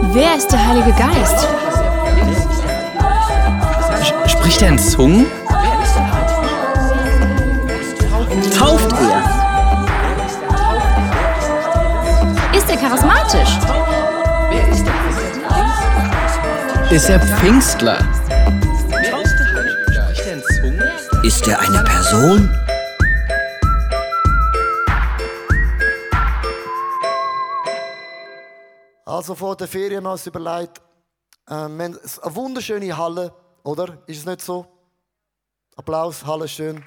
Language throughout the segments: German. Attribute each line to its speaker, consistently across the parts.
Speaker 1: Wer ist der Heilige Geist?
Speaker 2: Spricht er in Zungen?
Speaker 3: Tauft er?
Speaker 1: Ist er charismatisch?
Speaker 2: Ist er Pfingstler? Spricht er in Zungen?
Speaker 3: Ist er eine Person?
Speaker 4: Also vor der Ferien haben wir uns überlegt, wir haben eine wunderschöne Halle, oder? Ist es nicht so? Applaus, Halle ist schön.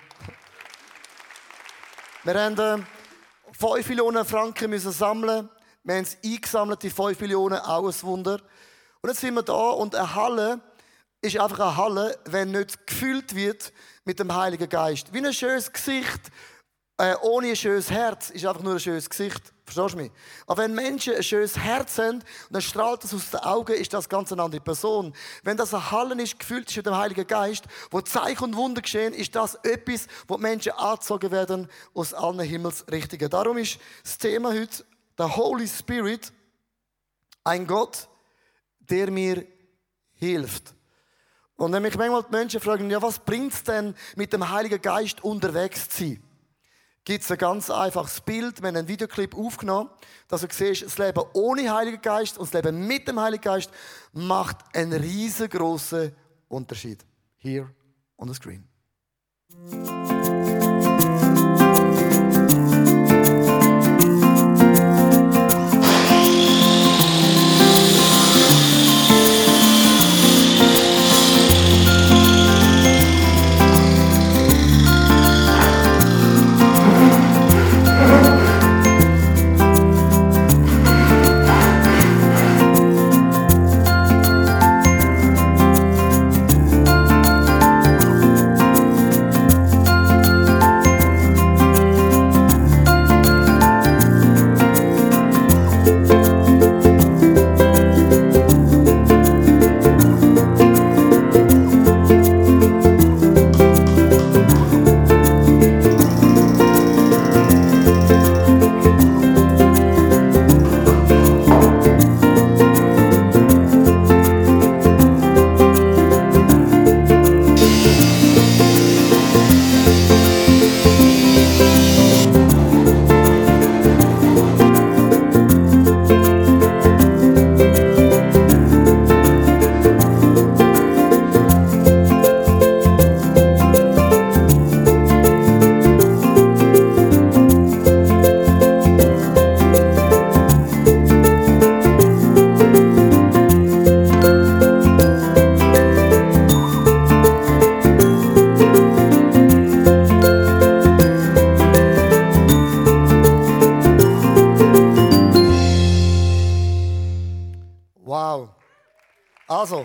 Speaker 4: Wir haben 5 Millionen Franken müssen sammeln. Wir haben es eingesammelt, die 5 Millionen, auch ein Wunder. Und jetzt sind wir da und eine Halle ist einfach eine Halle, wenn nicht gefüllt wird mit dem Heiligen Geist. Wie ein schönes Gesicht, ohne ein schönes Herz, ist einfach nur ein schönes Gesicht. Verstehst du mich? Aber wenn Menschen ein schönes Herz haben und dann strahlt das aus den Augen, ist das ganz eine andere Person. Wenn das eine Halle ist, gefüllt ist mit dem Heiligen Geist, wo Zeichen und Wunder geschehen, ist das etwas, wo die Menschen angezogen werden aus allen Himmelsrichtungen. Darum ist das Thema heute der Holy Spirit, ein Gott, der mir hilft. Und wenn mich manchmal die Menschen fragen, ja, was bringt es denn, mit dem Heiligen Geist unterwegs zu sein? Gibt es ein ganz einfaches Bild. Wir haben einen Videoclip aufgenommen, dass du siehst, das Leben ohne Heiligen Geist und das Leben mit dem Heiligen Geist macht einen riesengroßen Unterschied. Here on the screen. Also,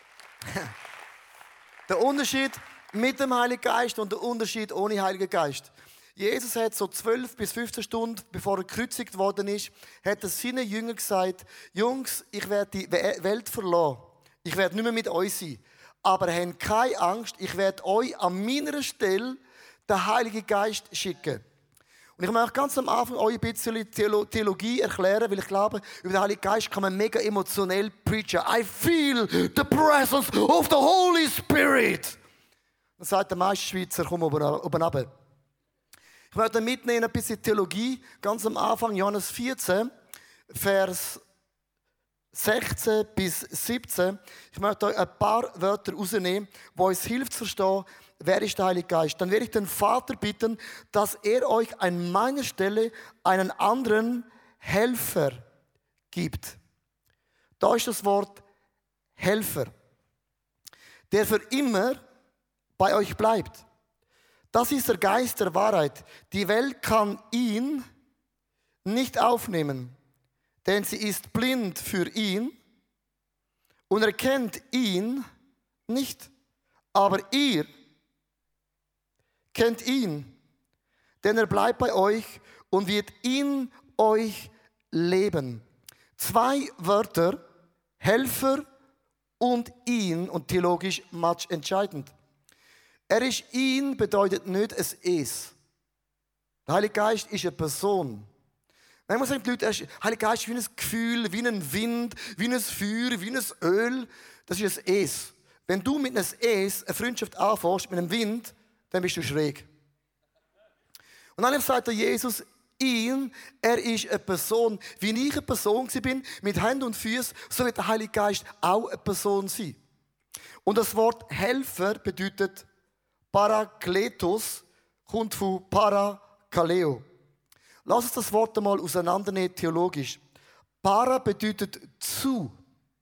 Speaker 4: der Unterschied mit dem Heiligen Geist und der Unterschied ohne Heiligen Geist. Jesus hat so 12 bis 15 Stunden, bevor er gekreuzigt worden ist, hat er seinen Jüngern gesagt, Jungs, ich werde die Welt verlassen. Ich werde nicht mehr mit euch sein. Aber habt keine Angst, ich werde euch an meiner Stelle den Heiligen Geist schicken. Und ich möchte ganz am Anfang euch ein bisschen Theologie erklären, weil ich glaube, über den Heiligen Geist kann man mega emotionell preachen. I feel the presence of the Holy Spirit. Dann sagt der meiste Schweizer, komm oben runter. Ich möchte mitnehmen ein bisschen Theologie, ganz am Anfang, Johannes 14, Vers 16 bis 17. Ich möchte euch ein paar Wörter rausnehmen, die uns hilft zu verstehen, wer ist der Heilige Geist. Dann werde ich den Vater bitten, dass er euch an meiner Stelle einen anderen Helfer gibt. Da ist das Wort Helfer, der für immer bei euch bleibt. Das ist der Geist der Wahrheit. Die Welt kann ihn nicht aufnehmen, denn sie ist blind für ihn und erkennt ihn nicht. Aber ihr kennt ihn, denn er bleibt bei euch und wird in euch leben. 2 Wörter, Helfer und ihn, und theologisch much entscheidend. Er ist ihn bedeutet nicht es ist. Der Heilige Geist ist eine Person. Manchmal sagen die Leute, Heiliger Geist ist wie ein Gefühl, wie ein Wind, wie ein Feuer, wie ein Öl. Das ist ein Es. Wenn du mit einem Es eine Freundschaft anfängst, mit einem Wind, dann bist du schräg. Und dann sagt der Jesus, er ist eine Person, wie ich eine Person bin, mit Händen und Füßen, so wird der Heilige Geist auch eine Person sein. Und das Wort Helfer bedeutet Parakletos, kommt von Parakaleo. Lass uns das Wort einmal auseinandernehmen theologisch. Para bedeutet zu.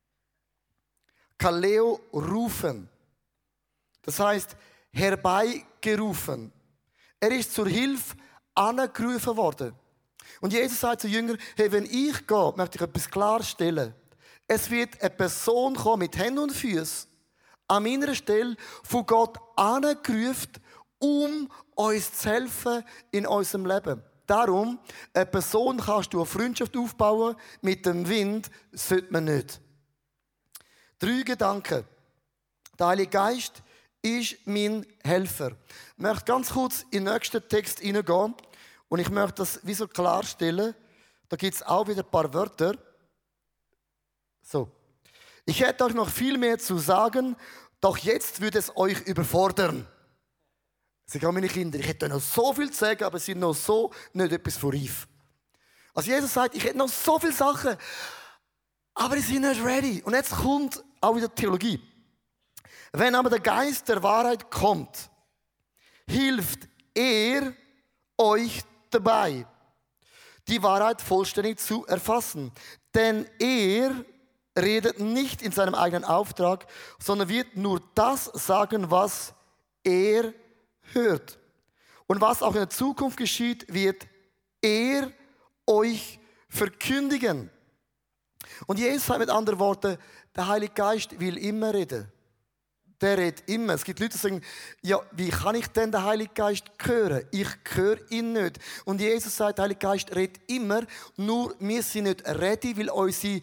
Speaker 4: Kaleo rufen. Das heißt herbeigerufen. Er ist zur Hilfe angerufen worden. Und Jesus sagt zu Jüngern, hey, wenn ich gehe, möchte ich etwas klarstellen. Es wird eine Person kommen mit Händen und Füßen an meiner Stelle von Gott angerufen, um uns zu helfen in unserem Leben. Darum, eine Person kannst du eine Freundschaft aufbauen, mit dem Wind sollte man nicht. 3 Gedanken. Der Heilige Geist ist mein Helfer. Ich möchte ganz kurz in den nächsten Text hineingehen und ich möchte das wie so klarstellen. Da gibt es auch wieder ein paar Wörter. So. Ich hätte euch noch viel mehr zu sagen, doch jetzt würde es euch überfordern. Sie sagen, meine Kinder, ich hätte noch so viel zu sagen, aber sie sind noch so nicht etwas von reif. Also Jesus sagt, ich hätte noch so viele Sachen, aber sie sind nicht ready. Und jetzt kommt auch wieder Theologie. Wenn aber der Geist der Wahrheit kommt, hilft er euch dabei, die Wahrheit vollständig zu erfassen. Denn er redet nicht in seinem eigenen Auftrag, sondern wird nur das sagen, was er hört. Und was auch in der Zukunft geschieht, wird er euch verkündigen. Und Jesus sagt mit anderen Worten, der Heilige Geist will immer reden. Der redet immer. Es gibt Leute, die sagen, ja, wie kann ich denn den Heiligen Geist hören? Ich höre ihn nicht. Und Jesus sagt, der Heilige Geist redet immer, nur wir sind nicht ready, weil unsere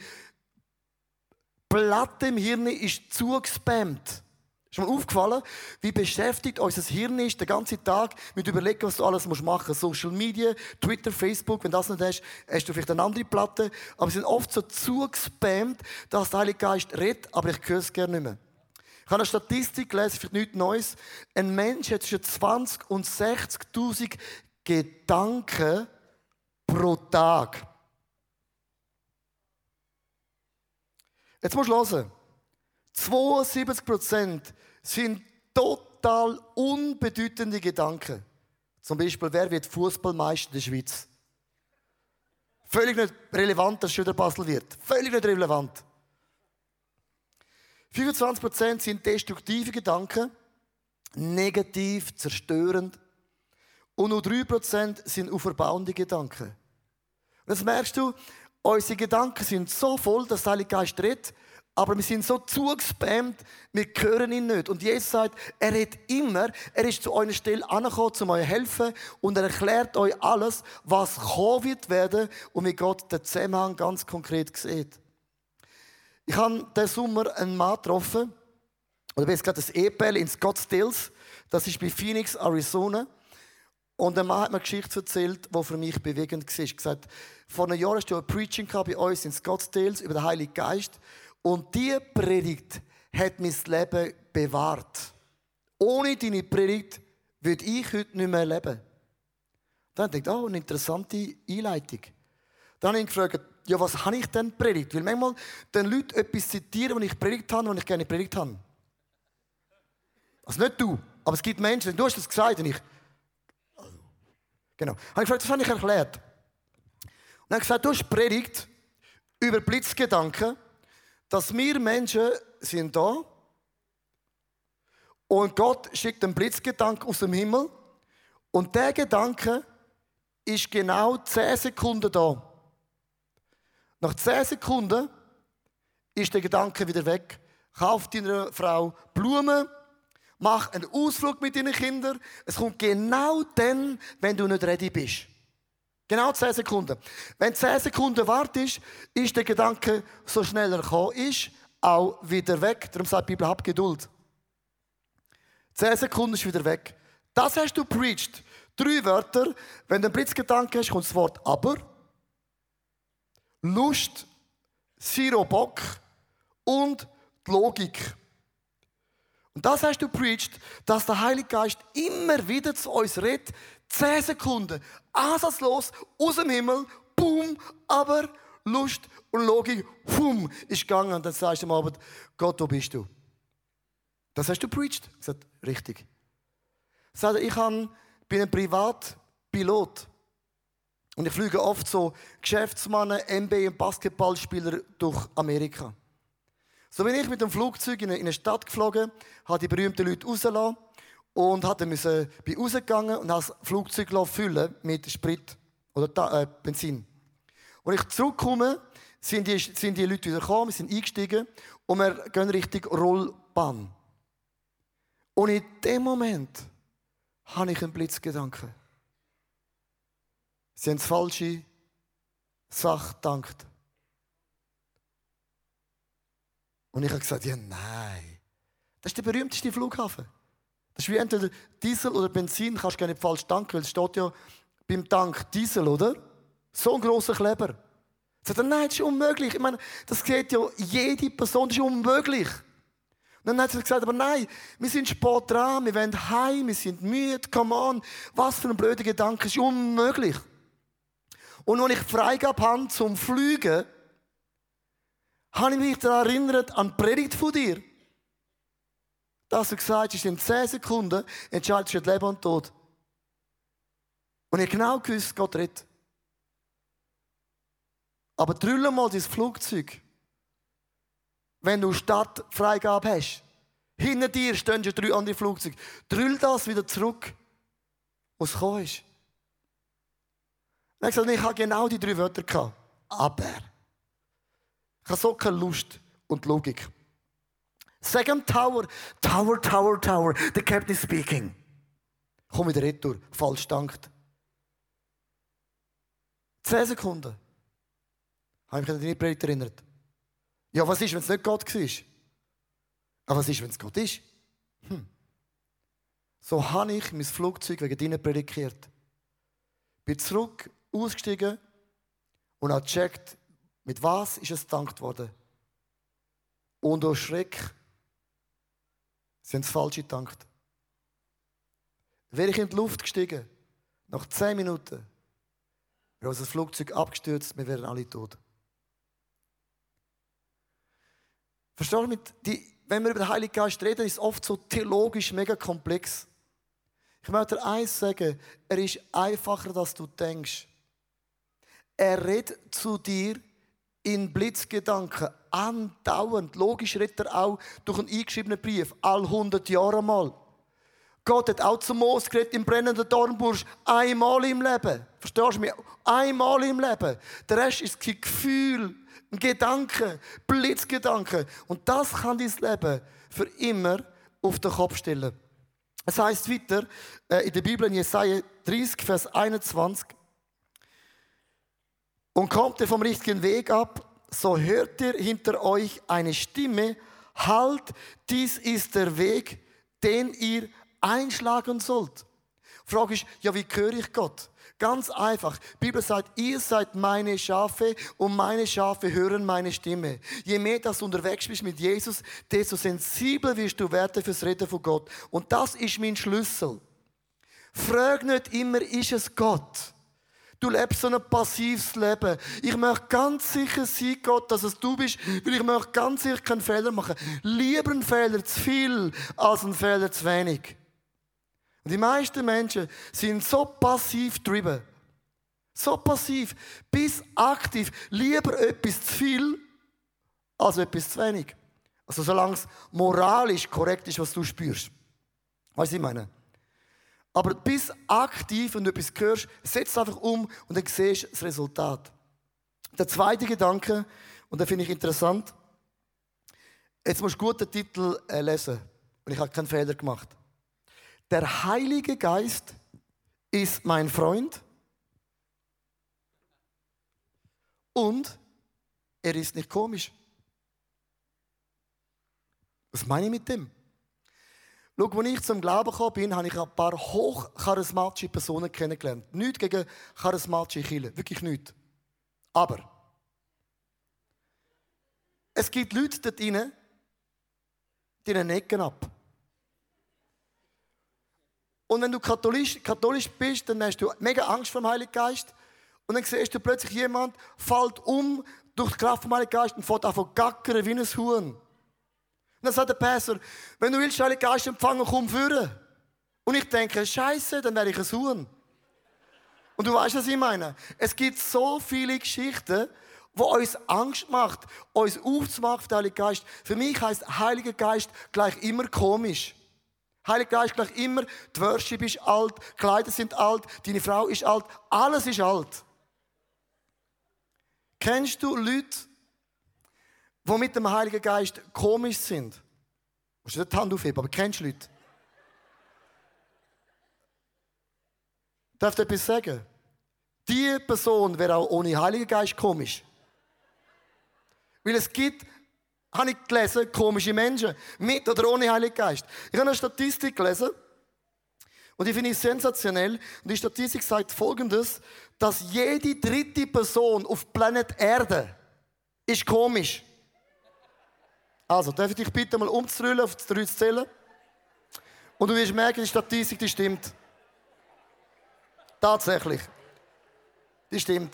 Speaker 4: Platte im Hirn ist zugespammt. Ist mir aufgefallen, wie beschäftigt unser Hirn ist den ganzen Tag mit überlegen, was du alles machen musst. Social Media, Twitter, Facebook, wenn du das nicht hast, hast du vielleicht eine andere Platte. Aber sie sind oft so zugespammt, dass der Heilige Geist redet, aber ich höre es gerne nicht mehr. Ich habe eine Statistik gelesen, vielleicht nichts Neues. Ein Mensch hat zwischen 20.000 und 60.000 Gedanken pro Tag. Jetzt musst du hören. 72% sind total unbedeutende Gedanken. Zum Beispiel, wer wird Fußballmeister in der Schweiz? Völlig nicht relevant, dass schon der Basel wird. Völlig nicht relevant. 25% sind destruktive Gedanken, negativ, zerstörend. Und nur 3% sind auferbauende Gedanken. Und jetzt merkst du, unsere Gedanken sind so voll, dass der Heilige Geist redet, aber wir sind so zugespammt, wir hören ihn nicht. Und Jesus sagt, er redet immer, er ist zu eurer Stelle angekommen, um euch zu helfen und er erklärt euch alles, was kommen wird werden und wie Gott den Zusammenhang ganz konkret sieht. Ich habe diesen Sommer einen Mann getroffen, oder besser gesagt ein Ehepaar in Scottsdale, das ist bei Phoenix, Arizona. Und der Mann hat mir eine Geschichte erzählt, die für mich bewegend war. Er hat gesagt, vor einem Jahr hast du ein Preaching bei uns in Scottsdale über den Heiligen Geist. Und diese Predigt hat mein Leben bewahrt. Ohne deine Predigt würde ich heute nicht mehr leben. Dann dachte ich, oh, eine interessante Einleitung. Dann habe ich gefragt, ja, was habe ich denn predigt? Weil manchmal den Leute etwas zitieren, was ich predigt habe, was ich gerne predigt habe. Also nicht du, aber es gibt Menschen, du hast das gesagt und ich... Genau. Habe ich gefragt, das habe ich erklärt. Und dann habe ich gesagt, du hast predigt über Blitzgedanken, dass wir Menschen sind da und Gott schickt einen Blitzgedanken aus dem Himmel und der Gedanke ist genau 10 Sekunden da. Nach 10 Sekunden ist der Gedanke wieder weg. Kauf deiner Frau Blumen, mach einen Ausflug mit deinen Kindern. Es kommt genau dann, wenn du nicht ready bist. Genau 10 Sekunden. Wenn 10 Sekunden wartest, ist der Gedanke, so schnell er gekommen ist, auch wieder weg. Darum sagt die Bibel, hab Geduld. 10 Sekunden ist wieder weg. Das hast du preached. 3 Wörter. Wenn du einen Blitzgedanke hast, kommt das Wort aber. Lust, zero Bock und die Logik. Und das hast du preached, dass der Heilige Geist immer wieder zu uns redet. 10 Sekunden, ansatzlos, aus dem Himmel, boom, aber Lust und Logik, boom, ist gegangen. Und dann sagst du am Abend, Gott, wo bist du? Das hast du preached. Ich sagte, richtig. Sagt er, ich bin ein Privatpilot. Und ich fliege oft so Geschäftsmänner, NBA und Basketballspieler durch Amerika. So bin ich mit dem Flugzeug in eine Stadt geflogen, habe die berühmten Leute rausgelassen und bin rausgegangen und habe das Flugzeug füllen mit Sprit oder Benzin. Als ich zurückkomme, sind die Leute wieder gekommen, wir sind eingestiegen und wir gehen Richtung Rollbahn. Und in dem Moment habe ich einen Blitzgedanken. Sie haben das falsche Sache gedankt. Und ich habe gesagt, ja nein. Das ist der berühmteste Flughafen. Das ist wie entweder Diesel oder Benzin, kannst du gar nicht falsch tanken, weil es steht ja beim Tank Diesel, oder? So ein grosser Kleber. Ich sagte, nein, das ist unmöglich. Ich meine, das sieht ja jede Person, das ist unmöglich. Und dann hat sie gesagt, aber nein, wir sind spät dran, wir wollen heim, wir sind müde, come on. Was für ein blöder Gedanke, das ist unmöglich. Und als ich Freigabe habe zum Fliegen, habe ich mich daran erinnert, an die Predigt von dir. Dass du gesagt hast, in 10 Sekunden entscheidest du Leben und Tod. Und ich genau gewusst, Gott rettet. Aber drülle mal dein Flugzeug, wenn du Stadtfreigabe hast. Hinter dir stehen schon 3 andere Flugzeuge. Drüll das wieder zurück, wo es gekommen ist. Und ich habe gesagt, ich genau die 3 Wörter gehabt. Aber ich habe so keine Lust und Logik. Sag am Tower, Tower, Tower, Tower, the captain is speaking. Komm wieder retour, falsch dankt. 10 Sekunden. Habe ich mich an deine Predigt erinnert. Ja, was ist, wenn es nicht Gott war? Aber was ist, wenn es Gott ist? So habe ich mein Flugzeug wegen deiner Predigt gekehrt. Bin zurück, ausgestiegen und habe gecheckt, mit was ist es gedankt worden. Und durch Schreck sind es falsch gedankt. Wäre ich in die Luft gestiegen, nach 10 Minuten, wäre unser Flugzeug abgestürzt, wir wären alle tot. Verstehst du, wenn wir über den Heiligen Geist reden, ist es oft so theologisch mega komplex. Ich möchte dir eins sagen, er ist einfacher, als du denkst. Er redet zu dir in Blitzgedanken, andauernd. Logisch redet er auch durch einen eingeschriebenen Brief, all 100 Jahre mal. Gott hat auch zu Mose geredet im brennenden Dornbusch, einmal im Leben. Verstehst du mich? Einmal im Leben. Der Rest ist kein Gefühl, ein Gedanke, Blitzgedanke. Und das kann dein Leben für immer auf den Kopf stellen. Es heißt weiter in der Bibel in Jesaja 30, Vers 21. Und kommt ihr vom richtigen Weg ab, so hört ihr hinter euch eine Stimme, halt, dies ist der Weg, den ihr einschlagen sollt. Die Frage ist, ja, wie höre ich Gott? Ganz einfach. Die Bibel sagt, ihr seid meine Schafe und meine Schafe hören meine Stimme. Je mehr du unterwegs bist mit Jesus, desto sensibler wirst du werden fürs Reden von Gott. Und das ist mein Schlüssel. Frag nicht immer, ist es Gott? Du lebst so ein passives Leben. Ich möchte ganz sicher sein, Gott, dass es du bist, weil ich möchte ganz sicher keinen Fehler machen. Lieber einen Fehler zu viel, als einen Fehler zu wenig. Und die meisten Menschen sind so passiv drüber. So passiv, bis aktiv. Lieber etwas zu viel, als etwas zu wenig. Also solange es moralisch korrekt ist, was du spürst. Weißt du, was ich meine? Aber bis aktiv, wenn du etwas hörst, setz es einfach um und dann siehst du das Resultat. Der zweite Gedanke, und den finde ich interessant, jetzt musst du gut den Titel lesen. Und ich habe keinen Fehler gemacht. Der Heilige Geist ist mein Freund und er ist nicht komisch. Was meine ich mit dem? Schau, als ich zum Glauben gekommen bin, habe ich ein paar hochcharismatische Personen kennengelernt. Nichts gegen charismatische Kirchen, wirklich nichts. Aber Es gibt Leute dort drinnen, die necken ab. Und wenn du katholisch bist, dann hast du mega Angst vor dem Heiligen Geist. Und dann siehst du plötzlich, jemand fällt um durch die Kraft vom Heiligen Geist und fängt an zu gackern wie ein Huhn. Und dann sagt der Pastor, wenn du willst den Heiligen Geist empfangen, komm führen. Und ich denke, Scheiße, dann wäre ich ein Huhn. Und du weißt, was ich meine. Es gibt so viele Geschichten, die uns Angst macht, uns aufzumachen für den Heiligen Geist. Für mich heisst Heiliger Geist gleich immer komisch. Heiliger Geist gleich immer, die Worship ist alt, die Kleider sind alt, deine Frau ist alt, alles ist alt. Kennst du Leute, die mit dem Heiligen Geist komisch sind? Du musst nicht die Hand aufheben, aber kennst du Leute? Darf ich etwas sagen? Diese Person wäre auch ohne Heiligen Geist komisch. Weil es gibt, habe ich gelesen, komische Menschen, mit oder ohne Heiligen Geist. Ich habe eine Statistik gelesen und die finde ich sensationell. Und die Statistik sagt Folgendes, dass jede dritte Person auf Planet Erde ist komisch. Also, darf ich dich bitten, mal umzurollen, auf das 3 zu zählen? Und du wirst merken, die Statistik, die stimmt. Tatsächlich. Die stimmt.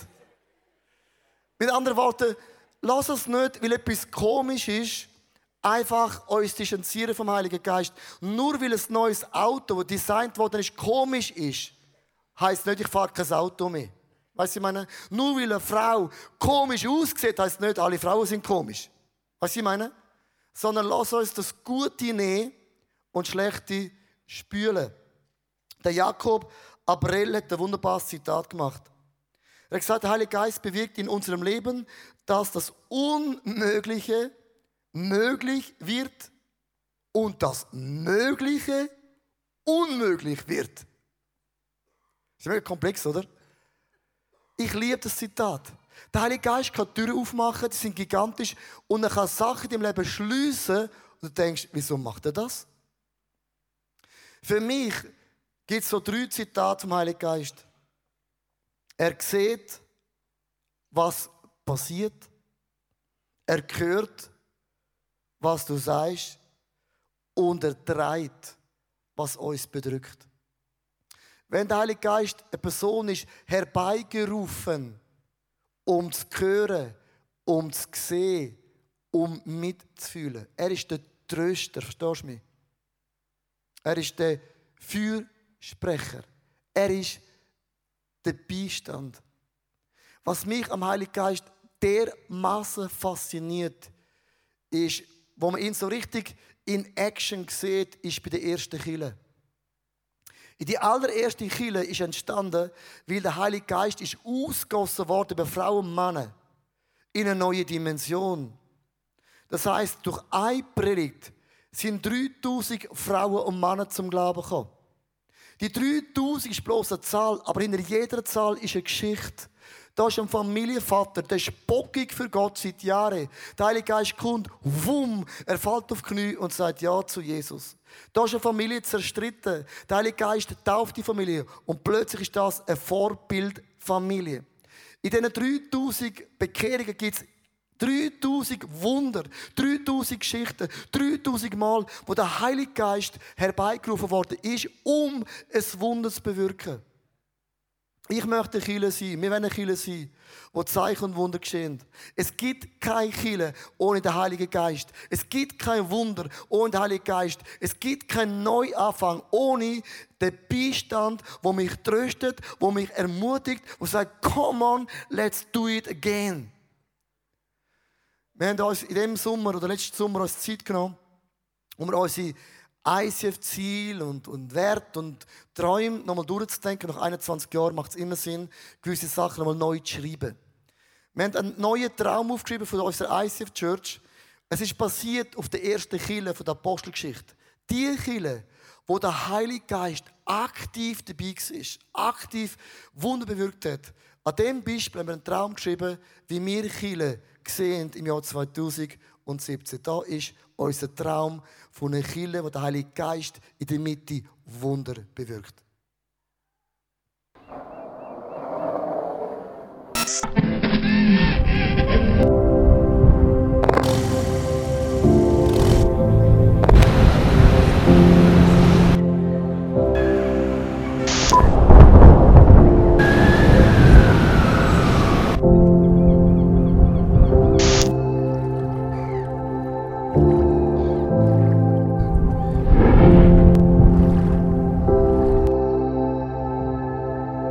Speaker 4: Mit anderen Worten, lass uns nicht, weil etwas komisch ist, einfach uns distanzieren vom Heiligen Geist. Nur weil ein neues Auto, das designt worden ist, komisch ist, heisst nicht, ich fahre kein Auto mehr. Weißt du, ich meine? Nur weil eine Frau komisch aussieht, heisst nicht, alle Frauen sind komisch. Weißt du, ich meine? Sondern lass uns das Gute nehmen und Schlechte spülen. Der Jakob Abrell hat ein wunderbares Zitat gemacht. Er hat gesagt, der Heilige Geist bewirkt in unserem Leben, dass das Unmögliche möglich wird und das Mögliche unmöglich wird. Das ist mega komplex, oder? Ich liebe das Zitat. Der Heilige Geist kann Türen aufmachen, die sind gigantisch, und er kann Sachen in deinem Leben schliessen und du denkst, wieso macht er das? Für mich gibt es so 3 Zitate vom Heiligen Geist. Er sieht, was passiert. Er hört, was du sagst. Und er trägt, was uns bedrückt. Wenn der Heilige Geist eine Person ist, herbeigerufen, um zu hören, um zu sehen, um mitzufühlen. Er ist der Tröster, verstehst du mich? Er ist der Fürsprecher. Er ist der Beistand. Was mich am Heiligen Geist dermaßen fasziniert, ist, wo man ihn so richtig in Action sieht, ist bei der ersten Kirche. In die allererste Kirche ist entstanden, weil der Heilige Geist ist ausgegossen worden über Frauen und Männer in eine neue Dimension. Das heisst, durch eine Predigt sind 3000 Frauen und Männer zum Glauben gekommen. Die 3000 ist bloß eine Zahl, aber hinter jeder Zahl ist eine Geschichte. Da ist ein Familienvater, der ist bockig für Gott seit Jahren. Der Heilige Geist kommt, wumm, er fällt auf die Knie und sagt Ja zu Jesus. Da ist eine Familie zerstritten. Der Heilige Geist tauft die Familie und plötzlich ist das eine Vorbildfamilie. In diesen 3000 Bekehrungen gibt es 3000 Wunder, 3000 Geschichten, 3000 Mal, wo der Heilige Geist herbeigerufen worden ist, um ein Wunder zu bewirken. Ich möchte eine Kirche sein, wir wollen eine Kirche sein, wo Zeichen und Wunder geschehen. Es gibt keine Kirche ohne den Heiligen Geist. Es gibt kein Wunder ohne den Heiligen Geist. Es gibt keinen Neuanfang ohne den Beistand, der mich tröstet, der mich ermutigt, der sagt, come on, let's do it again. Wir haben uns in diesem Sommer oder letzten Sommer uns Zeit genommen, um unsere ICF-Ziele und Werte und Träume nochmal durchzudenken. Nach 21 Jahren macht es immer Sinn, gewisse Sachen nochmal neu zu schreiben. Wir haben einen neuen Traum aufgeschrieben von unserer ICF-Church. Es ist basiert auf der ersten Kirche der Apostelgeschichte. Die Kirche, wo der Heilige Geist aktiv dabei war, aktiv Wunder bewirkt hat. An diesem Beispiel haben wir einen Traum geschrieben, wie wir Kirche sehen im Jahr 2017. Da ist unser Traum von einer Kirche, wo der Heilige Geist in der Mitte Wunder bewirkt.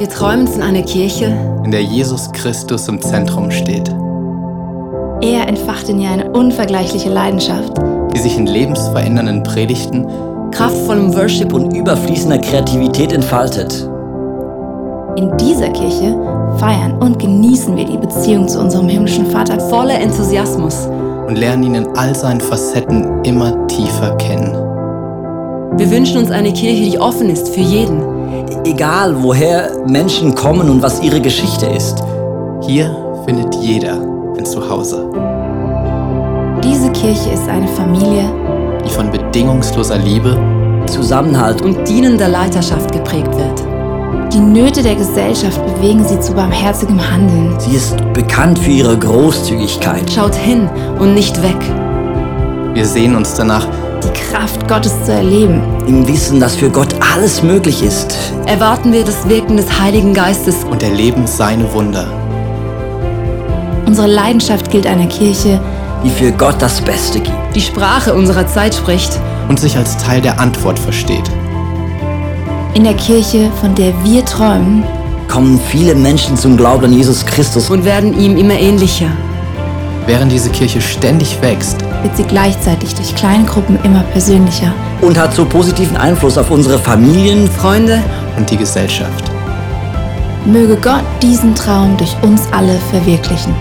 Speaker 5: Wir träumen von einer Kirche,
Speaker 2: in der Jesus Christus im Zentrum steht,
Speaker 1: Er entfacht in ihr eine unvergleichliche Leidenschaft.
Speaker 2: die sich in lebensverändernden Predigten
Speaker 5: kraftvollem Worship und
Speaker 3: und überfließender Kreativität entfaltet.
Speaker 1: In dieser Kirche feiern und genießen wir die Beziehung zu unserem himmlischen Vater
Speaker 5: voller Enthusiasmus.
Speaker 2: und lernen ihn in all seinen Facetten immer tiefer kennen.
Speaker 5: Wir wünschen uns eine Kirche, die offen ist für jeden.
Speaker 3: Egal, woher Menschen kommen und was ihre Geschichte ist.
Speaker 2: Hier findet jeder ein Zuhause,
Speaker 1: Diese Kirche ist eine Familie,
Speaker 2: die von bedingungsloser Liebe
Speaker 3: Zusammenhalt und
Speaker 5: Und dienender Leiterschaft geprägt wird.
Speaker 1: die Nöte der Gesellschaft bewegen sie zu barmherzigem Handeln.
Speaker 3: sie ist bekannt für ihre Großzügigkeit.
Speaker 5: Schaut hin und nicht weg.
Speaker 2: Wir sehnen uns danach,
Speaker 1: Die Kraft Gottes zu erleben.
Speaker 3: Im Wissen, dass für Gott alles möglich ist.
Speaker 5: Erwarten wir das Wirken des Heiligen Geistes.
Speaker 2: und erleben seine Wunder.
Speaker 1: Unsere Leidenschaft gilt einer Kirche,
Speaker 3: Die für Gott das Beste gibt.
Speaker 5: Die Sprache unserer Zeit spricht.
Speaker 2: Und sich als Teil der Antwort versteht.
Speaker 1: in der Kirche, von der wir träumen,
Speaker 3: Kommen viele Menschen zum Glauben an Jesus Christus.
Speaker 5: Und werden ihm immer ähnlicher.
Speaker 2: Während diese Kirche ständig wächst,
Speaker 1: wird sie gleichzeitig durch kleine Gruppen immer persönlicher.
Speaker 3: Und hat so positiven Einfluss auf unsere Familien.
Speaker 5: Freunde,
Speaker 2: und die Gesellschaft.
Speaker 1: Möge Gott diesen Traum durch uns alle verwirklichen.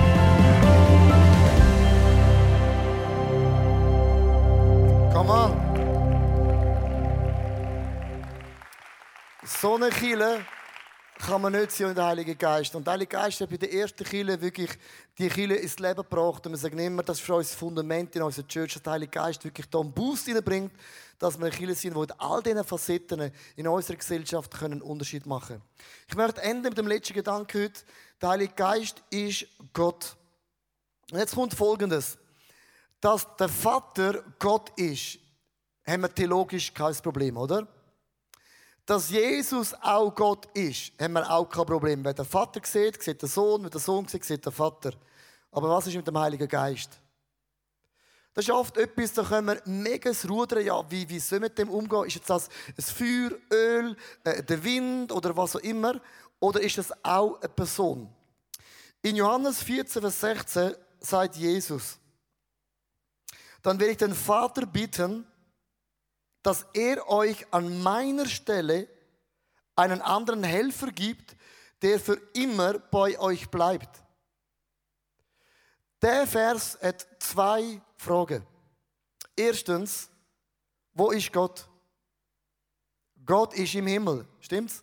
Speaker 4: Come on. So eine Kirche kann man nicht sein ohne den Heiligen Geist. Und der Heilige Geist hat bei der ersten Kirche wirklich die Kirche ins Leben gebracht. Und wir sagen immer, das ist für uns das Fundament in unserer Church, dass der Heilige Geist wirklich da einen Boost reinbringt, dass wir eine Kirche sind, die in all diesen Facetten in unserer Gesellschaft einen Unterschied machen können. Ich möchte enden mit dem letzten Gedanken heute. Der Heilige Geist ist Gott. Und jetzt kommt Folgendes. Dass der Vater Gott ist, haben wir theologisch kein Problem, oder? Dass Jesus auch Gott ist, haben wir auch kein Problem. Wer den Vater sieht, sieht den Sohn. Wer den Sohn sieht, sieht den Vater. Aber was ist mit dem Heiligen Geist? Das ist oft etwas, da können wir mega rudern. Ja, wie soll man mit dem umgehen? Ist jetzt das ein Feuer, Öl, der Wind oder was auch immer? Oder ist das auch eine Person? In Johannes 14, Vers 16 sagt Jesus, dann werde ich den Vater bitten, dass er euch an meiner Stelle einen anderen Helfer gibt, der für immer bei euch bleibt. Der Vers hat zwei Fragen. Erstens, wo ist Gott? Gott ist im Himmel, stimmt's?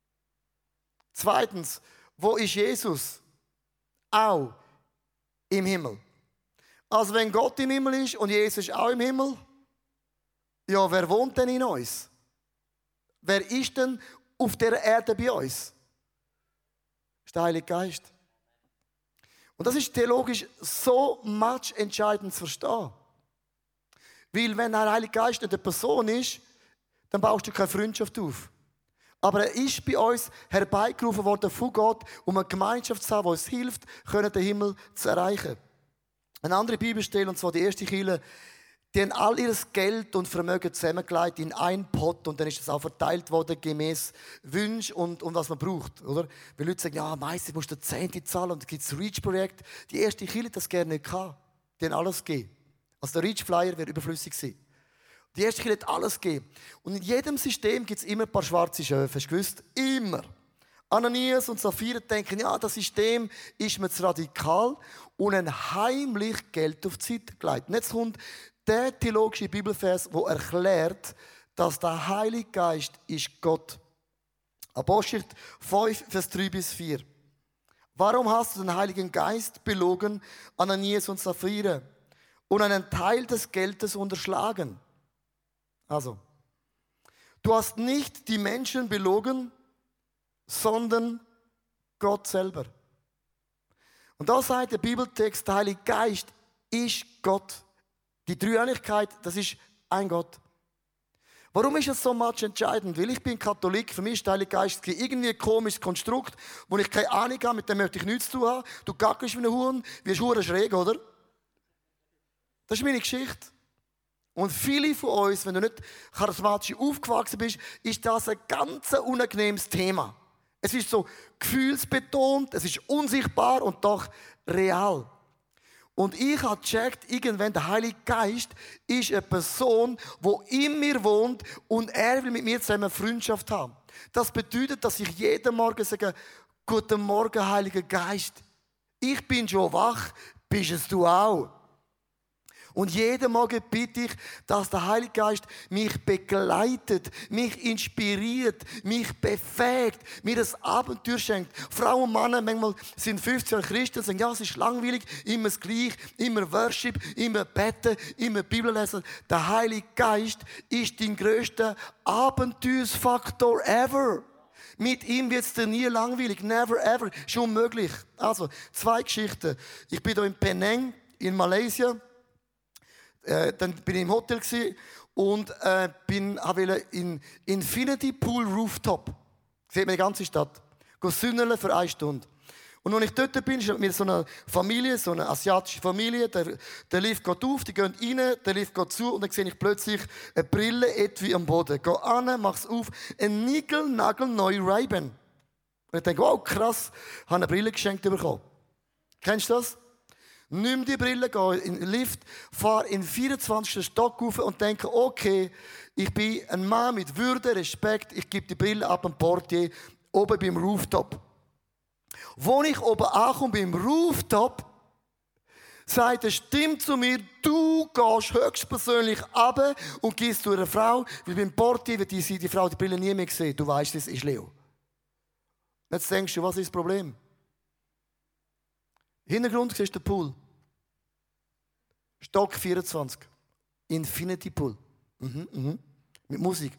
Speaker 4: Zweitens, wo ist Jesus? Auch im Himmel. Also wenn Gott im Himmel ist und Jesus ist auch im Himmel, ja, wer wohnt denn in uns? Wer ist denn auf der Erde bei uns? Das ist der Heilige Geist. Und das ist theologisch so much entscheidend zu verstehen. Weil wenn der Heilige Geist nicht eine Person ist, dann baust du keine Freundschaft auf. Aber er ist bei uns herbeigerufen worden von Gott, um eine Gemeinschaft zu haben, die uns hilft, den Himmel zu erreichen. Eine andere Bibelstelle, und zwar die erste Kirche, die haben all ihr Geld und Vermögen zusammengelegt in einen Pot und dann ist das auch verteilt worden gemäß Wünschen und was man braucht. Oder? Weil Leute sagen, ja, meistens musst du 10 zahlen und dann gibt es das Reach-Projekt. Die erste Kirche hat das gerne nicht gehabt. Die haben alles gegeben. Also der Reach-Flyer wäre überflüssig gewesen. Die erste Kirche hat alles gegeben. Und in jedem System gibt es immer ein paar schwarze Schöfe. Hast du gewusst? Immer. Ananias und Sapphira denken, ja, das System ist mir zu radikal und ein heimlich Geld auf die Seite gelegt. Und jetzt kommt der theologische Bibelvers, der erklärt, dass der Heilige Geist ist Gott. Apostelgeschichte 5, Vers 3 bis 4. Warum hast du den Heiligen Geist belogen, Ananias und Sapphira, und einen Teil des Geldes unterschlagen? Also, du hast nicht die Menschen belogen, sondern Gott selber. Und da sagt der Bibeltext, der Heilige Geist ist Gott. Die Dreieinigkeit, das ist ein Gott. Warum ist das so much entscheidend? Weil ich bin Katholik, für mich ist der Heilige Geist irgendwie ein komisches Konstrukt, wo ich keine Ahnung habe, mit dem möchte ich nichts zu tun haben. Du gackelst wie ein Huhn, wirst hure schräg, oder? Das ist meine Geschichte. Und viele von uns, wenn du nicht charismatisch aufgewachsen bist, ist das ein ganz unangenehmes Thema. Es ist so gefühlsbetont, es ist unsichtbar und doch real. Und ich habe gecheckt, irgendwann der Heilige Geist ist eine Person, die in mir wohnt und er will mit mir zusammen Freundschaft haben. Das bedeutet, dass ich jeden Morgen sage, guten Morgen, Heiliger Geist. Ich bin schon wach, bist es du auch. Und jeden Morgen bitte ich, dass der Heilige Geist mich begleitet, mich inspiriert, mich befähigt, mir das Abenteuer schenkt. Frauen und Männer manchmal sind 15 Jahre Christen und sagen, ja, es ist langweilig, immer das Gleiche, immer Worship, immer beten, immer Bibel lesen. Der Heilige Geist ist dein grösster Abenteuersfaktor ever. Mit ihm wird es dir nie langweilig, never ever, ist unmöglich. Also, 2 Geschichten. Ich bin hier in Penang, in Malaysia. Dann bin ich im Hotel und wollte in Infinity Pool Rooftop. Sieht man die ganze Stadt. Gehe sünneln für 1 Stunde. Und als ich dort bin, ist mit mir so eine Familie, so eine asiatische Familie. Der Lift geht auf, die gehen rein, der Lift geht zu und dann sehe ich plötzlich eine Brille etwa am Boden. Gehe an, mache es auf, ein niegelnagelneue Ray-Ban. Und ich denke, wow, krass, ich habe eine Brille geschenkt bekommen. Kennst du das? Nimm die Brille, geh in den Lift, fahr in den 24. Stock rauf und denke, okay, ich bin ein Mann mit Würde, Respekt, ich gebe die Brille ab am Portier, oben beim Rooftop. Wo ich oben ankomme beim Rooftop, sagt eine Stimme zu mir, du gehst höchstpersönlich runter und gehst zu einer Frau, weil beim Portier wird die Frau die Brille nie mehr sehen. Du weißt, das ist Leo. Jetzt denkst du, was ist das Problem? Hintergrund siehst du den Pool. Stock 24. Infinity Pool. Mit Musik.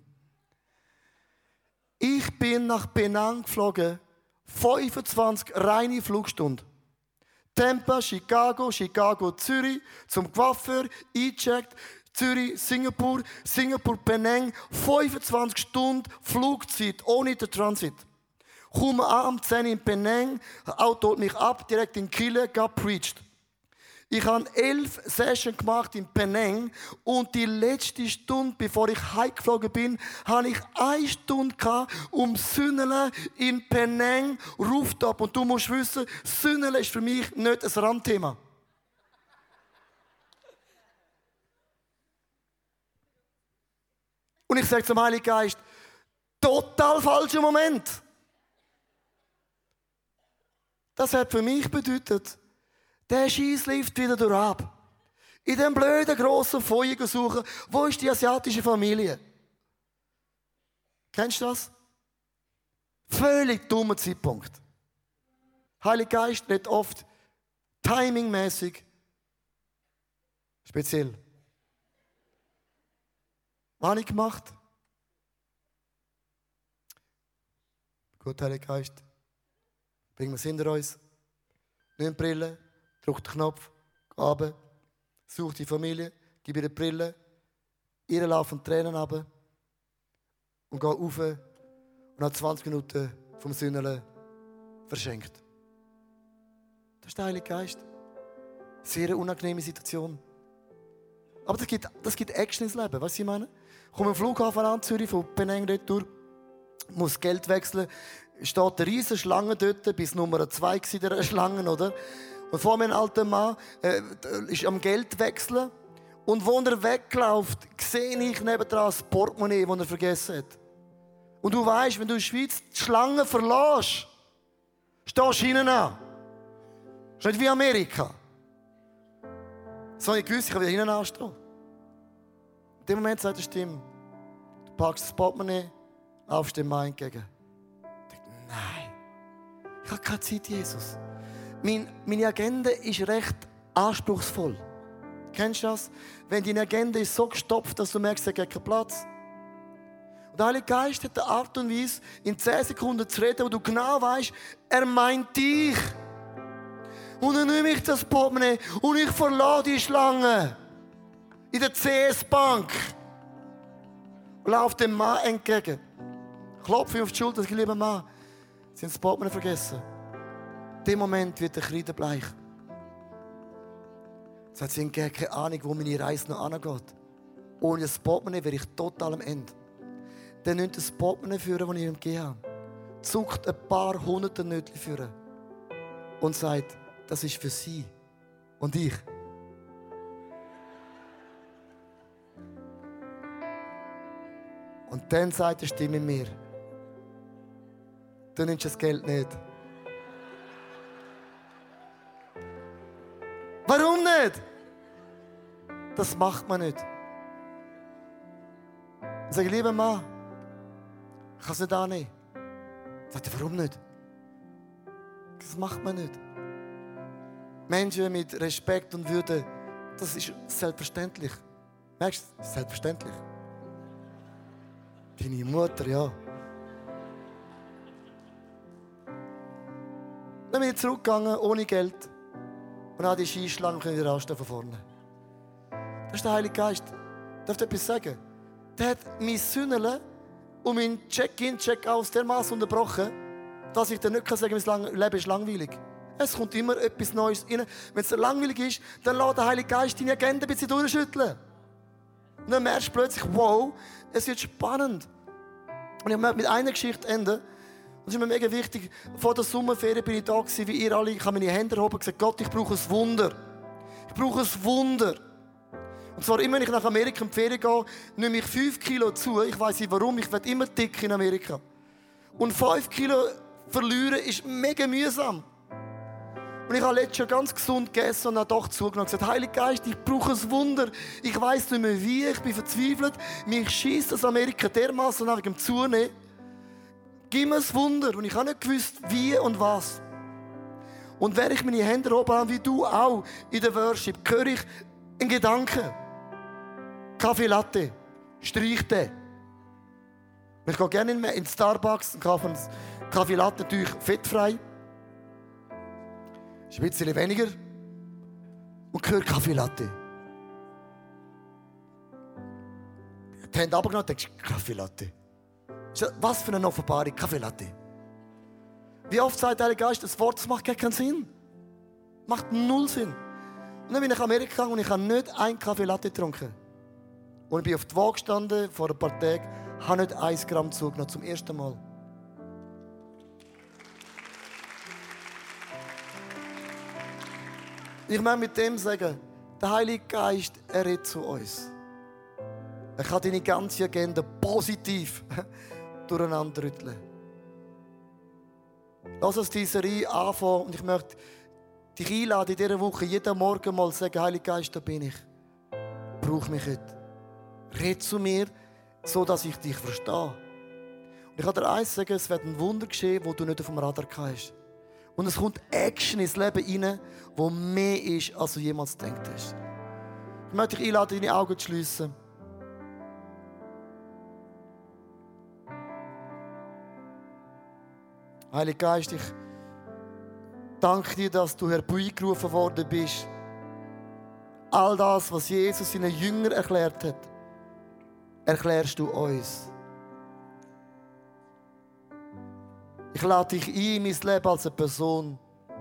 Speaker 4: Ich bin nach Penang geflogen. 25 reine Flugstunden. Tampa, Chicago, Zürich, zum Coiffeur, eingecheckt. Zürich, Singapur, Penang. 25 Stunden Flugzeit, ohne den Transit. Komme an am 10 in Penang, das Auto holt mich ab, direkt in Kille, preached. Ich habe 11 Sessions gemacht in Penang und die letzte Stunde, bevor ich heimgeflogen bin, hatte ich 1 Stunde Sünneln in Penang Rooftop. Und du musst wissen, Sünneln ist für mich nicht ein Randthema. Und ich sage zum Heiligen Geist, total falscher Moment. Das hat für mich bedeutet, der Scheisslift wieder durch ab. In dem blöden, grossen Feuer suchen, wo ist die asiatische Familie? Kennst du das? Völlig dummer Zeitpunkt. Heiliger Geist redet oft timingmäßig speziell. Was habe ich gemacht? Gut, Heiliger Geist. Bringen wir es hinter uns. Nimm die Brille, drück den Knopf, geh runter, such die Familie, gib ihr die Brille, ihr laufen Tränen runter und geh rauf und nach 20 Minuten vom Sünneln verschenkt. Das ist der Heilige Geist. Sehr eine unangenehme Situation. Aber das gibt Action ins Leben, weißt du, was ich meine? Ich komme am Flughafen an, Zürich, von Penang retour, muss Geld wechseln. Steht eine riesige Schlange dort, bis Nummer 2 der Schlangen, oder? Und vor mir ein alter Mann ist am Geld wechseln. Und wo er wegläuft, sehe ich nebendran das Portemonnaie, das er vergessen hat. Und du weißt, wenn du in der Schweiz die Schlange verlässt, stehst du hinten an. Das ist nicht wie Amerika. So habe ich gewusst, ich kann wieder hinten anstehen. In dem Moment sagt die Stimme, du packst das Portemonnaie, laufst dem Mann entgegen. Nein, ich habe keine Zeit, Jesus. Meine Agenda ist recht anspruchsvoll. Kennst du das? Wenn deine Agenda ist so gestopft, dass du merkst, es gibt keinen Platz. Und der Heilige Geist hat eine Art und Weise, in 10 Sekunden zu reden, wo du genau weißt, er meint dich. Und dann nehme ich das Portemonnaie und ich verlasse die Schlange in der CS-Bank und laufe dem Mann entgegen. Klopfe ihm auf die Schulter, ich liebe Mann. Sie haben das Portemonnaie vergessen. In dem Moment wird der Kreidebleich. Sagt sie, ich habe keine Ahnung, wo meine Reise noch angeht. Ohne das Portemonnaie wäre ich total am Ende. Dann nimmt das Portemonnaie führen, das ich ihm gegeben habe. zuckt ein paar hunderte Nötchen führen und sagt, das ist für sie und ich. Und dann sagt die Stimme in mir, du nimmst das Geld nicht. Warum nicht? Das macht man nicht. Ich sage, lieber Mann, ich kann es nicht annehmen. Sagt er, warum nicht? Das macht man nicht. Menschen mit Respekt und Würde, das ist selbstverständlich. Merkst du, das ist selbstverständlich. Deine Mutter, ja. Dann bin ich zurückgegangen, ohne Geld. Und habe die Skischlange wieder anstehen von vorne. Das ist der Heilige Geist. Darf ich etwas sagen? Der hat mein Sünnele und mein Check-in, Check-out dermaßen unterbrochen, dass ich dir nicht sagen kann, mein Leben ist langweilig. Es kommt immer etwas Neues rein. Wenn es langweilig ist, dann lässt der Heilige Geist deine Agenda ein bisschen durchschütteln. Und dann merkst du plötzlich, wow, es wird spannend. Und ich möchte mit einer Geschichte enden. Das ist mir mega wichtig. Vor der Sommerferien bin ich da gewesen, wie ihr alle. Ich habe meine Hände erhoben und gesagt, Gott, ich brauche ein Wunder. Ich brauche ein Wunder. Und zwar immer, wenn ich nach Amerika in die Ferien gehe, nehme ich 5 Kilo zu. Ich weiss nicht warum, ich werde immer dick in Amerika. Und 5 Kilo verlieren ist mega mühsam. Und ich habe letztes Jahr ganz gesund gegessen und habe doch zugenommen und gesagt, Heiliger Geist, ich brauche ein Wunder. Ich weiss nicht mehr wie, ich bin verzweifelt. Mich scheisst das Amerika dermaßen nach dem Zunehmen. Gib mir ein Wunder. Und ich habe nicht gewusst, wie und was. Und während ich meine Hände oben habe, wie du auch in der Worship, höre ich einen Gedanken. Kaffee Latte. Streich den. Ich gehe gerne in Starbucks und kaufe einen Kaffee Latte, natürlich fettfrei. Ist ein bisschen weniger. Und höre Kaffee Latte. Die Hände runtergenommen und denkst, Kaffee Latte. Was für eine Offenbarung, Kaffee Latte. Wie oft sagt der Geist, das Wort, das macht gar keinen Sinn. Macht null Sinn. Und dann bin ich nach Amerika gegangen und ich habe nicht einen Kaffee Latte getrunken. Und ich bin auf die Waage gestanden, vor ein paar Tagen, habe nicht 1 Gramm zugenommen, zum ersten Mal. Ich möchte mit dem sagen, der Heilige Geist, er redet zu uns. Er kann deine ganze Agenda positiv durcheinander rütteln. Lass uns diese Serie anfangen und ich möchte dich einladen, in dieser Woche jeden Morgen mal sagen, Heiliger Geist, da bin ich. Brauch mich heute. Red zu mir, so dass ich dich verstehe. Und ich kann dir eins sagen, es wird ein Wunder geschehen, das du nicht auf dem Radar hast. Und es kommt Action ins Leben rein, wo mehr ist, als du jemals gedacht hast. Ich möchte dich einladen, deine Augen zu schliessen. Heiliger Geist, ich danke dir, dass du herbeigerufen worden bist. All das, was Jesus seinen Jüngern erklärt hat, erklärst du uns. Ich lade dich ein in mein Leben als eine Person.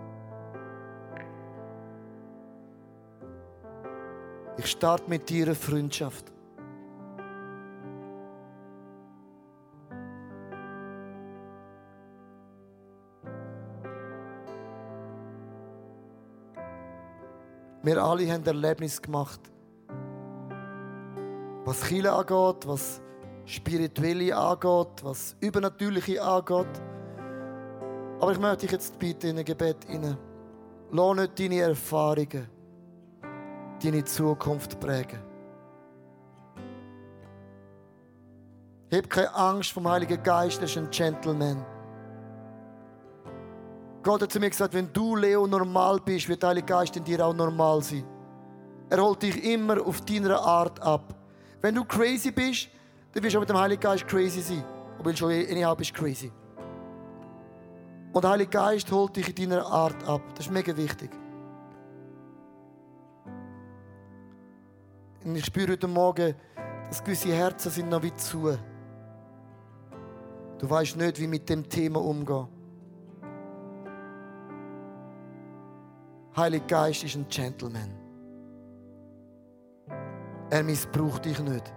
Speaker 4: Ich starte mit dir eine Freundschaft. Wir alle haben Erlebnisse gemacht, was Kirche angeht, was Spirituelle angeht, was Übernatürliche angeht. Aber ich möchte dich jetzt bitten in ein Gebet hinein. Lass nicht deine Erfahrungen deine Zukunft prägen. Hab keine Angst vom Heiligen Geist, er ist ein Gentleman. Gott hat zu mir gesagt, wenn du, Leo, normal bist, wird der Heilige Geist in dir auch normal sein. Er holt dich immer auf deiner Art ab. Wenn du crazy bist, dann wirst du auch mit dem Heiligen Geist crazy sein. Aber schon anyhow bist crazy. Und der Heilige Geist holt dich in deiner Art ab. Das ist mega wichtig. Und ich spüre heute Morgen, dass gewisse Herzen sind noch wie zu. Du weißt nicht, wie mit dem Thema umgehen. Heiliger Geist ist ein Gentleman. Er missbraucht dich nicht.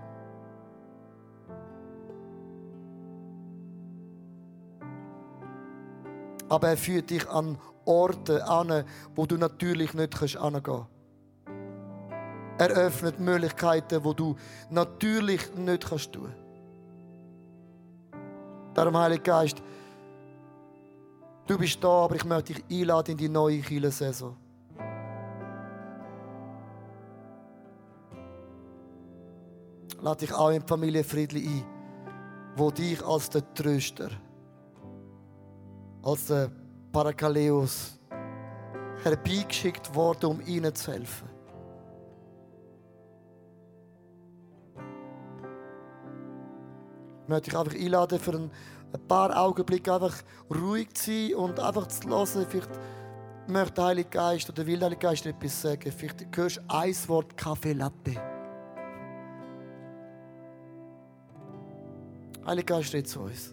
Speaker 4: Aber er führt dich an Orte an, wo du natürlich nicht hingehen kannst. Er öffnet Möglichkeiten, die du natürlich nicht tun kannst. Darum, Heiliger Geist, du bist da, aber ich möchte dich einladen in die neue Kirchensaison. Lade dich auch in die Familie Friedli ein, wo dich als der Tröster, als der Parakaleus herbeigeschickt wurde, um ihnen zu helfen. Ich möchte dich einfach einladen, für ein paar Augenblicke einfach ruhig zu sein und einfach zu hören. Vielleicht möchte der Heilige Geist oder will der Heilige Geist etwas sagen. Vielleicht hörst du ein Wort Kaffee Latte. Heiliger Geist redet zu uns.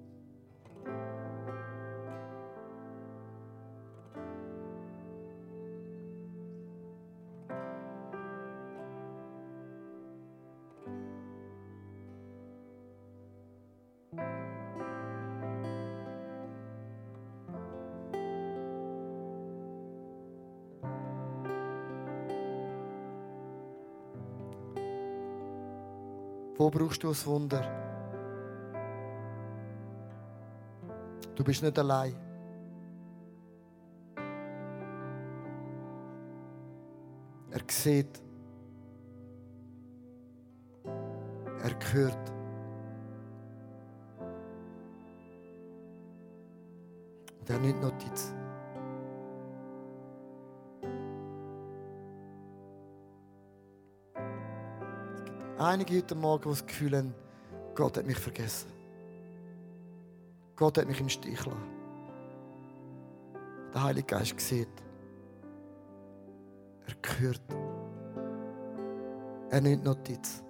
Speaker 4: Wo brauchst du ein Wunder? Du bist nicht allein. Er sieht. Er hört. Und er nimmt Notiz. Einige heute Morgen, die das Gefühl haben, Gott hat mich vergessen. Gott hat mich im Stich gelassen. Der Heilige Geist sieht. Er hört. Er nimmt Notiz.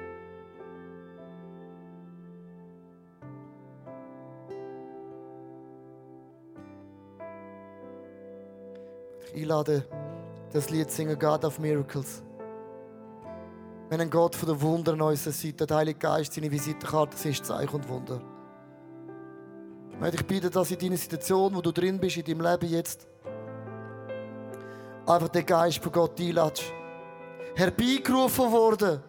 Speaker 4: Ich einlade, das Lied singen God of Miracles. Wenn ein Gott von der Wunder an unserer Seite, der Heilige Geist, seine Visitenkarte ist, Zeichen und Wunder. Ich bitte, dass in deiner Situation, wo du drin bist, in deinem Leben jetzt, einfach den Geist von Gott einlädst. Herbeigerufen worden,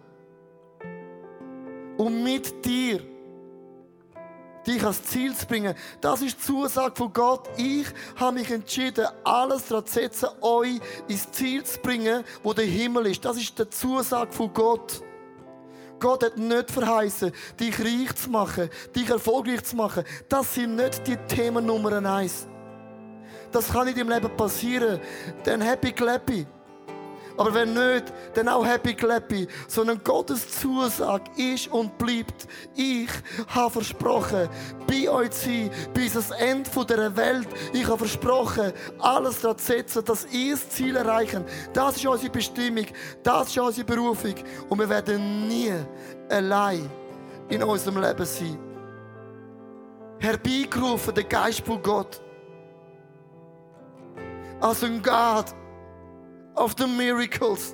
Speaker 4: um mit dir dich ans Ziel zu bringen. Das ist die Zusage von Gott. Ich habe mich entschieden, alles daran zu setzen, euch ins Ziel zu bringen, wo der Himmel ist. Das ist die Zusage von Gott. Gott hat nicht verheißen, dich reich zu machen, dich erfolgreich zu machen. Das sind nicht die Themen Nummer 1. Das kann in deinem Leben passieren. Dann happy clappy. Aber wenn nicht, dann auch happy clappy. Sondern Gottes Zusage ist und bleibt. Ich habe versprochen, bei euch zu sein, bis ans Ende dieser Welt. Ich habe versprochen, alles daran zu setzen, dass ihr das Ziel erreichen. Das ist unsere Bestimmung. Das ist unsere Berufung. Und wir werden nie allein in unserem Leben sein. Herbeigerufen, der Geist von Gott. Als ein Gott of the miracles.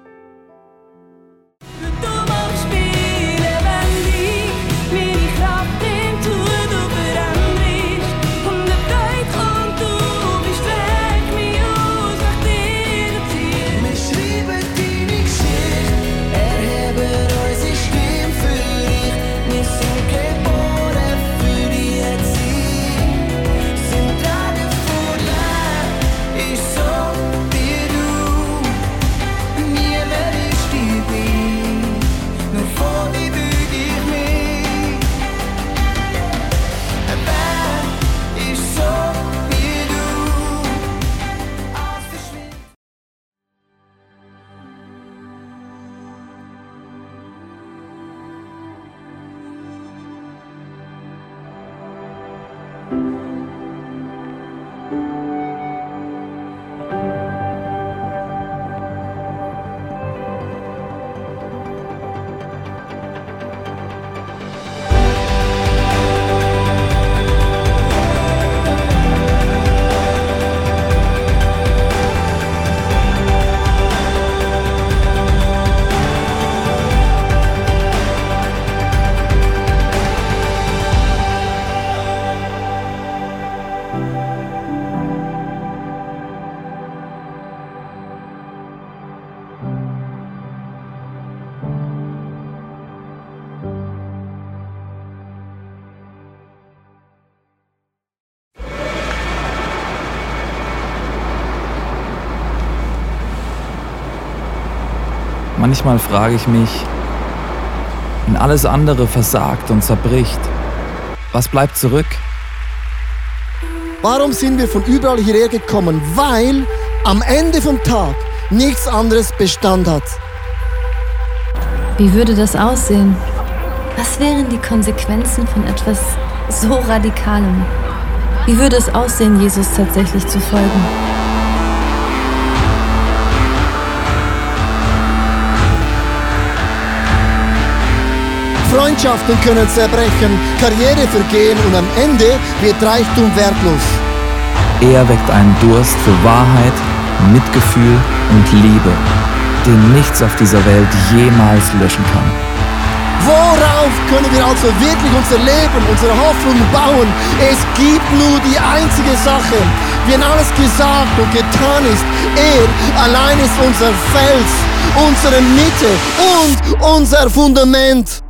Speaker 6: Du machst mich lebendig, meine Kraft nimmt zu, du veränderst. Und der Freude kommt, du bist weg, mich aus nach dir ziehen. Wir schreiben deine Geschichte, erheben unsere Stimme für dich. Wir sind geboren für die Zeit. Sind tragen vor dir, ist so wie du.
Speaker 7: Manchmal frage ich mich, wenn alles andere versagt und zerbricht, was bleibt zurück?
Speaker 4: Warum sind wir von überall hierher gekommen? Weil am Ende vom Tag nichts anderes Bestand hat.
Speaker 1: Wie würde das aussehen? Was wären die Konsequenzen von etwas so Radikalem? Wie würde es aussehen, Jesus tatsächlich zu folgen?
Speaker 4: Freundschaften können zerbrechen, Karriere vergehen und am Ende wird Reichtum wertlos.
Speaker 7: Er weckt einen Durst für Wahrheit, Mitgefühl und Liebe, den nichts auf dieser Welt jemals löschen kann.
Speaker 4: Worauf können wir also wirklich unser Leben, unsere Hoffnung bauen? Es gibt nur die einzige Sache. Wenn alles gesagt und getan ist, er allein ist unser Fels, unsere Mitte und unser Fundament.